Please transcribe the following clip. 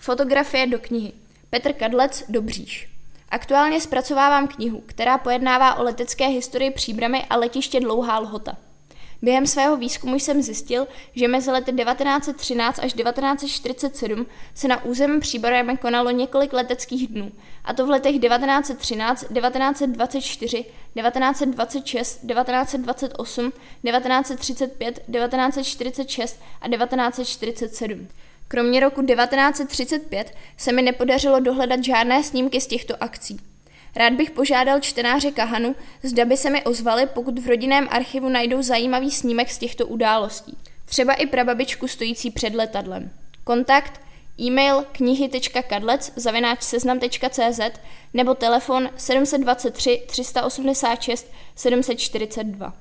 Fotografie do knihy. Petr Kadlec, Dobříš. Aktuálně zpracovávám knihu, která pojednává o letecké historii Příbrami a letiště Dlouhá Lhota. Během svého výzkumu jsem zjistil, že mezi lety 1913 až 1947 se na území Příbrami konalo několik leteckých dnů, a to v letech 1913, 1924, 1926, 1928, 1935, 1946 a 1947. Kromě roku 1935 se mi nepodařilo dohledat žádné snímky z těchto akcí. Rád bych požádal čtenáře Kahanu, zda by se mi ozvali, pokud v rodinném archivu najdou zajímavý snímek z těchto událostí. Třeba i prababičku stojící před letadlem. Kontakt e-mail knihy.kadlec@seznam.cz nebo telefon 723 386 742.